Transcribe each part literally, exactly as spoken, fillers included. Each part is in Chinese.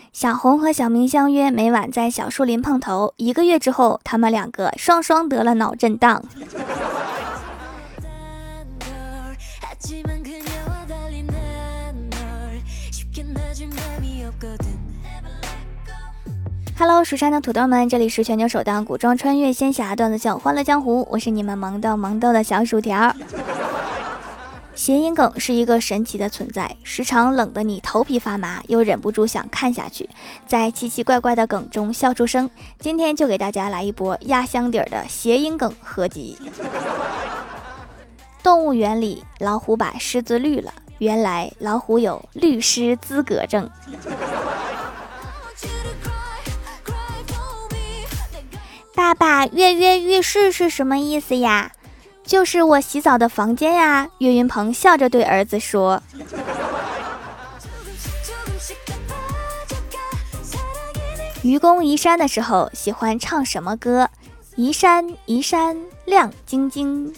小红和小明相约每晚在小树林碰头，一个月之后，他们两个双双得了脑震荡。Hello， 蜀山的土豆们，这里是全球首档古装穿越仙侠段子秀《欢乐江湖》，我是你们萌豆萌豆的小薯条。谐音梗是一个神奇的存在，时常冷得你头皮发麻，又忍不住想看下去，在奇奇怪怪的梗中笑出声。今天就给大家来一波压箱底儿的谐音梗合集。动物园里，老虎把狮子绿了，原来老虎有律师资格证。爸爸，跃跃欲试是什么意思呀？就是我洗澡的房间呀。岳云鹏笑着对儿子说。愚公移山的时候喜欢唱什么歌？移山移山亮晶晶。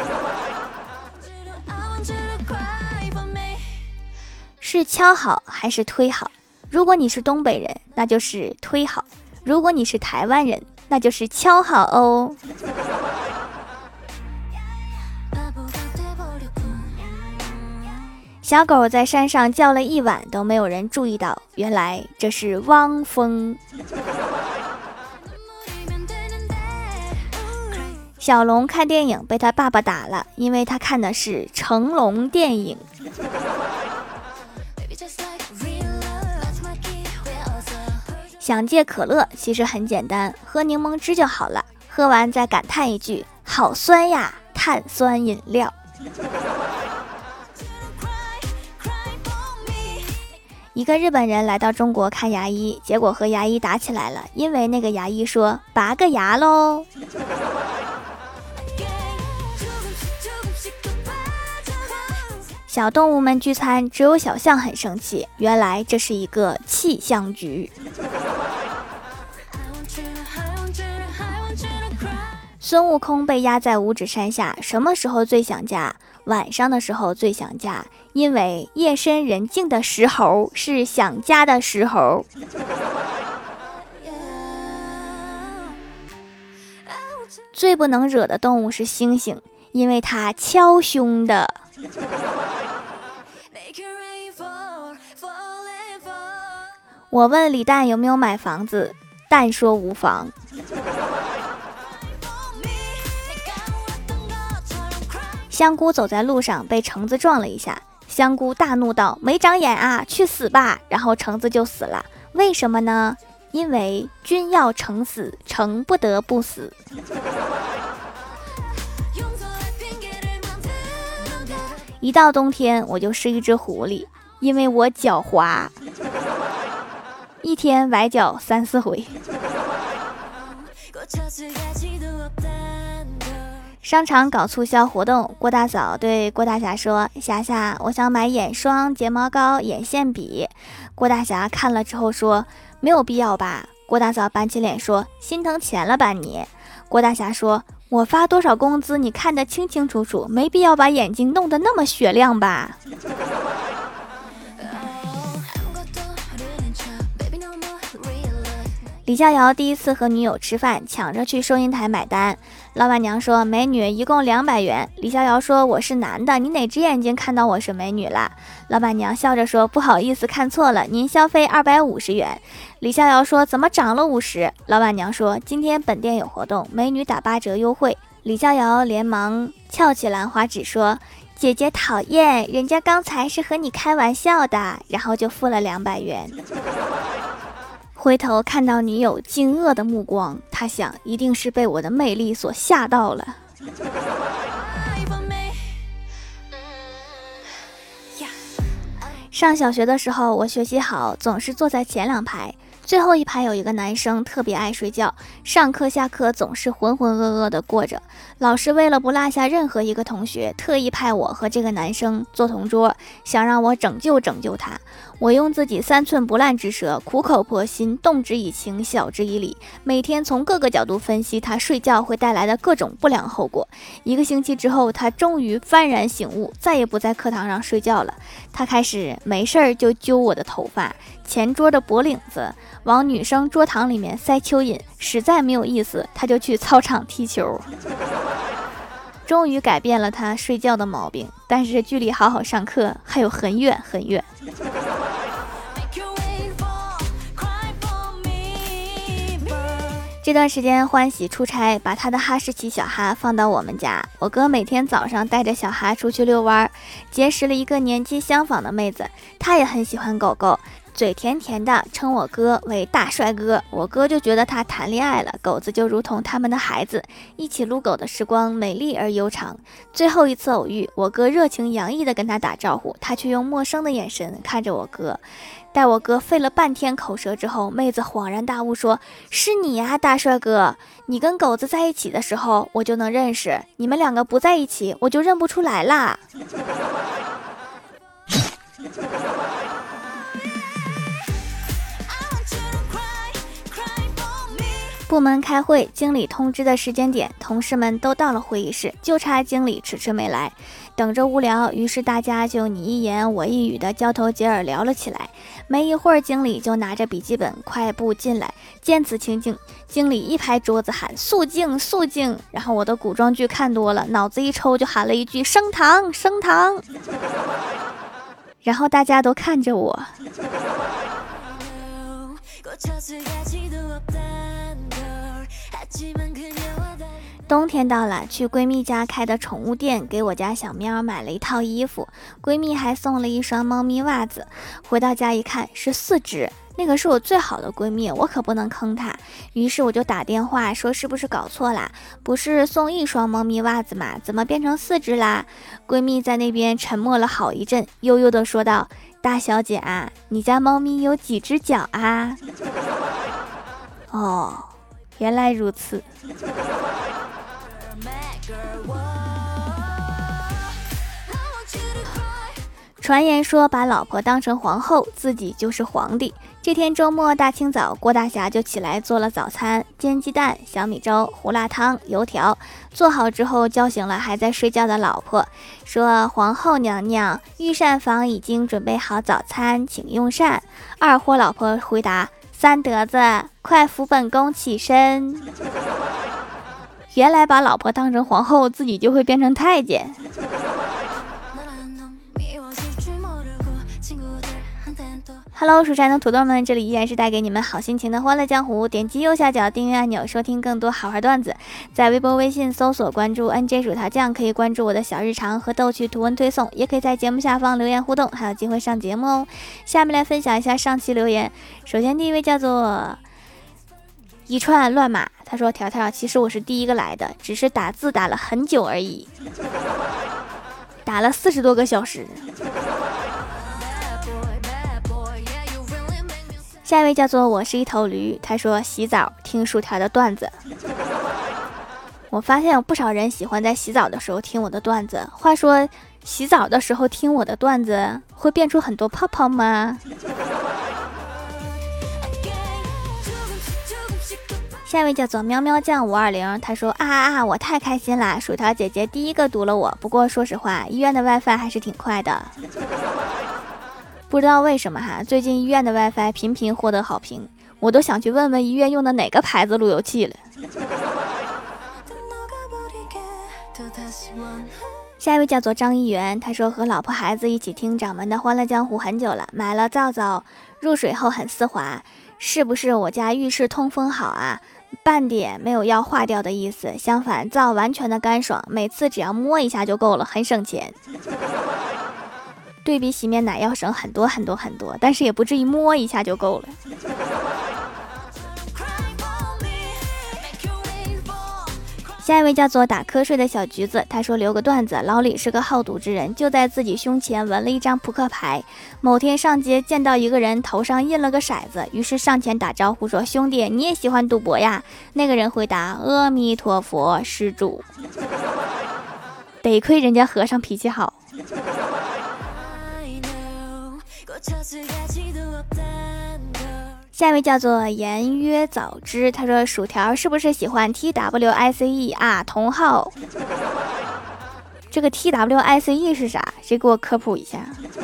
是敲好还是推好？如果你是东北人，那就是推好；如果你是台湾人，那就是敲好哦。小狗在山上叫了一晚都没有人注意到，原来这是汪峰。小龙看电影被他爸爸打了，因为他看的是成龙电影。想戒可乐其实很简单，喝柠檬汁就好了，喝完再感叹一句好酸呀，碳酸饮料。一个日本人来到中国看牙医，结果和牙医打起来了，因为那个牙医说拔个牙喽。小动物们聚餐，只有小象很生气，原来这是一个气象局。孙悟空被压在五指山下，什么时候最想家？晚上的时候最想家，因为夜深人静的时候是想家的时候。最不能惹的动物是猩猩，因为它敲胸的。我问李诞有没有买房子，蛋说无房。香菇走在路上被橙子撞了一下，香菇大怒道：没长眼啊，去死吧！然后橙子就死了。为什么呢？因为君要橙死，橙不得不死。一到冬天我就是一只狐狸，因为我脚滑，一天崴脚三四回。商场搞促销活动，郭大嫂对郭大侠说：霞霞，我想买眼霜、睫毛膏、眼线笔。郭大侠看了之后说：没有必要吧。郭大嫂板起脸说：心疼钱了吧你。郭大侠说：我发多少工资你看得清清楚楚，没必要把眼睛弄得那么雪亮吧。李逍遥第一次和女友吃饭，抢着去收银台买单。老板娘说：美女一共两百元。李逍遥说：我是男的，你哪只眼睛看到我是美女了？老板娘笑着说：不好意思，看错了，您消费二百五十元。李逍遥说：怎么涨了五十？老板娘说：今天本店有活动，美女打八折优惠。李逍遥连忙翘起兰花指说：姐姐讨厌，人家刚才是和你开玩笑的，然后就付了两百元。回头看到女友惊愕的目光，他想一定是被我的魅力所吓到了。上小学的时候，我学习好，总是坐在前两排，最后一排有一个男生特别爱睡觉，上课下课总是浑浑噩噩的过着。老师为了不落下任何一个同学，特意派我和这个男生做同桌，想让我拯救拯救他。 我用自己三寸不烂之舌，苦口婆心，动之以情，晓之以理，每天从各个角度分析他睡觉会带来的各种不良后果。一个星期之后，他终于幡然醒悟，再也不在课堂上睡觉了。他开始没事儿就揪我的头发，前桌的脖领子，往女生桌堂里面塞蚯蚓，实在没有意思，他就去操场踢球。终于改变了他睡觉的毛病，但是距离好好上课还有很远很远。这段时间欢喜出差，把他的哈士奇小哈放到我们家。我哥每天早上带着小哈出去遛弯，结识了一个年纪相仿的妹子，她也很喜欢狗狗，嘴甜甜的称我哥为大帅哥。我哥就觉得他谈恋爱了，狗子就如同他们的孩子，一起撸狗的时光美丽而悠长。最后一次偶遇，我哥热情洋溢地跟他打招呼，他却用陌生的眼神看着我哥。待我哥费了半天口舌之后，妹子恍然大悟说：是你呀，大帅哥，你跟狗子在一起的时候我就能认识，你们两个不在一起我就认不出来啦。部门开会，经理通知的时间点，同事们都到了会议室，就差经理迟迟没来。等着无聊，于是大家就你一言我一语的交头接耳聊了起来。没一会儿，经理就拿着笔记本快步进来。见此情景，经理一拍桌子喊：肃静肃静！然后我的古装剧看多了，脑子一抽就喊了一句：升堂升堂！然后大家都看着我。冬天到了，去闺蜜家开的宠物店给我家小喵买了一套衣服，闺蜜还送了一双猫咪袜子。回到家一看是四只，那个是我最好的闺蜜，我可不能坑她。于是我就打电话说是不是搞错啦，不是送一双猫咪袜子吗？怎么变成四只啦？闺蜜在那边沉默了好一阵，悠悠地说道：大小姐啊，你家猫咪有几只脚啊？哦，原来如此。传言说把老婆当成皇后，自己就是皇帝。这天周末大清早，郭大侠就起来做了早餐，煎鸡蛋、小米粥、胡辣汤、油条。做好之后叫醒了还在睡觉的老婆，说：皇后娘娘，御膳房已经准备好早餐，请用膳。二货老婆回答：三德子，快扶本宫起身。原来把老婆当成皇后，自己就会变成太监。Hello， 蜀山的土豆们，这里依然是带给你们好心情的欢乐江湖。点击右下角订阅按钮，收听更多好玩段子。在微博、微信搜索关注 N J 薯条酱，可以关注我的小日常和逗趣图文推送，也可以在节目下方留言互动，还有机会上节目哦。下面来分享一下上期留言。首先第一位叫做一串乱码，他说：条条，其实我是第一个来的，只是打字打了很久而已，打了四十多个小时。下一位叫做我是一头驴，他说洗澡听薯条的段子。我发现有不少人喜欢在洗澡的时候听我的段子，话说洗澡的时候听我的段子会变出很多泡泡吗？下一位叫做喵喵酱五二零，他说啊啊啊，我太开心啦，薯条姐姐第一个读了我，不过说实话医院的 WiFi 还是挺快的。不知道为什么哈，最近医院的 WiFi 频频获得好评，我都想去问问医院用的哪个牌子路由器了。下一位叫做张一元，他说和老婆孩子一起听掌门的欢乐江湖很久了，买了皂皂，入水后很丝滑，是不是我家浴室通风好啊？半点没有要化掉的意思，相反皂完全的干爽，每次只要摸一下就够了，很省钱。对比洗面奶要省很多很多很多，但是也不至于摸一下就够了。下一位叫做打瞌睡的小橘子，他说留个段子，老李是个好赌之人，就在自己胸前纹了一张扑克牌。某天上街见到一个人头上印了个骰子，于是上前打招呼说：兄弟，你也喜欢赌博呀？那个人回答：阿弥陀佛，施主。得亏人家和尚脾气好。 下一位叫做言约早知，他说薯条是不是喜欢 T W I C E 啊？同号。这个 T W I C E 是啥？谁给我科普一下？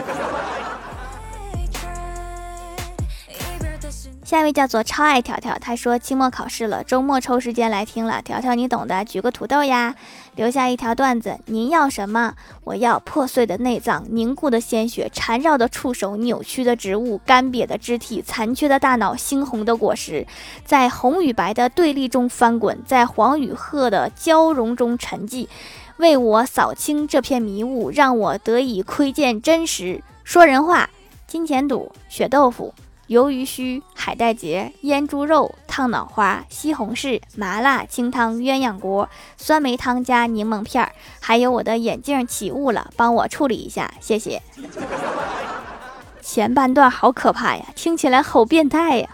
下一位叫做超爱条条，他说期末考试了，周末抽时间来听了。条条你懂的，举个土豆呀。留下一条段子，您要什么？我要破碎的内脏，凝固的鲜血，缠绕的触手，扭曲的植物，干瘪的肢体，残缺的大脑，猩红的果实，在红与白的对立中翻滚，在黄与褐的交融中沉寂，为我扫清这片迷雾，让我得以窥见真实。说人话，金钱肚，血豆腐，鱿鱼须，海带结，腌猪肉，烫脑花，西红柿，麻辣清汤，鸳鸯锅，酸梅汤加柠檬片儿，还有我的眼镜起雾了，帮我处理一下，谢谢。前半段好可怕呀，听起来好变态呀。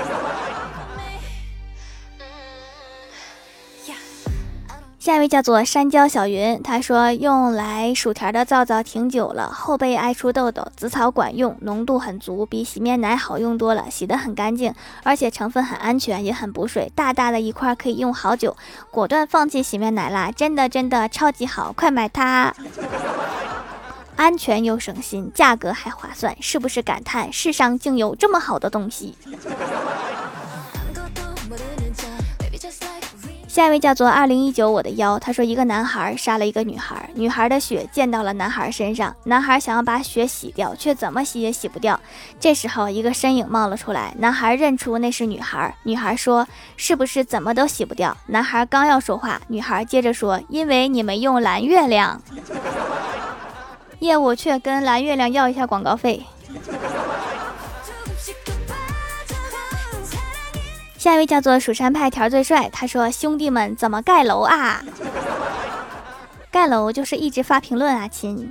下一位叫做山椒小云，他说用来薯条的皂皂挺久了，后背爱出痘痘，紫草管用，浓度很足，比洗面奶好用多了，洗得很干净，而且成分很安全，也很补水，大大的一块可以用好久，果断放弃洗面奶啦，真的真的超级好，快买它！安全又省心，价格还划算，是不是感叹世上竟有这么好的东西？下一位叫做二零一九我的腰，他说一个男孩杀了一个女孩，女孩的血溅到了男孩身上，男孩想要把血洗掉，却怎么洗也洗不掉。这时候一个身影冒了出来，男孩认出那是女孩，女孩说是不是怎么都洗不掉？男孩刚要说话，女孩接着说因为你们用蓝月亮。业务却跟蓝月亮要一下广告费。下一位叫做蜀山派条最帅，他说兄弟们怎么盖楼啊？盖楼就是一直发评论啊亲。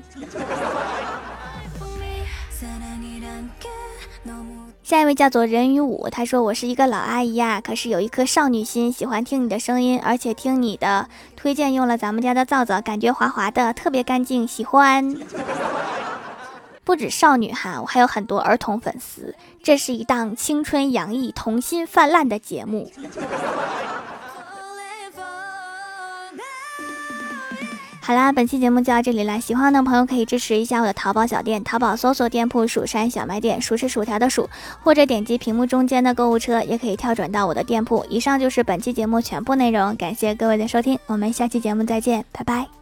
下一位叫做人与舞，他说我是一个老阿姨呀，可是有一颗少女心，喜欢听你的声音，而且听你的推荐用了咱们家的皂皂，感觉滑滑的，特别干净，喜欢。不止少女哈，我还有很多儿童粉丝，这是一档青春洋溢、童心泛滥的节目。好啦，本期节目就到这里啦，喜欢的朋友可以支持一下我的淘宝小店，淘宝搜索店铺蜀山小卖店，蜀是薯条的蜀，或者点击屏幕中间的购物车，也可以跳转到我的店铺。以上就是本期节目全部内容，感谢各位的收听，我们下期节目再见，拜拜。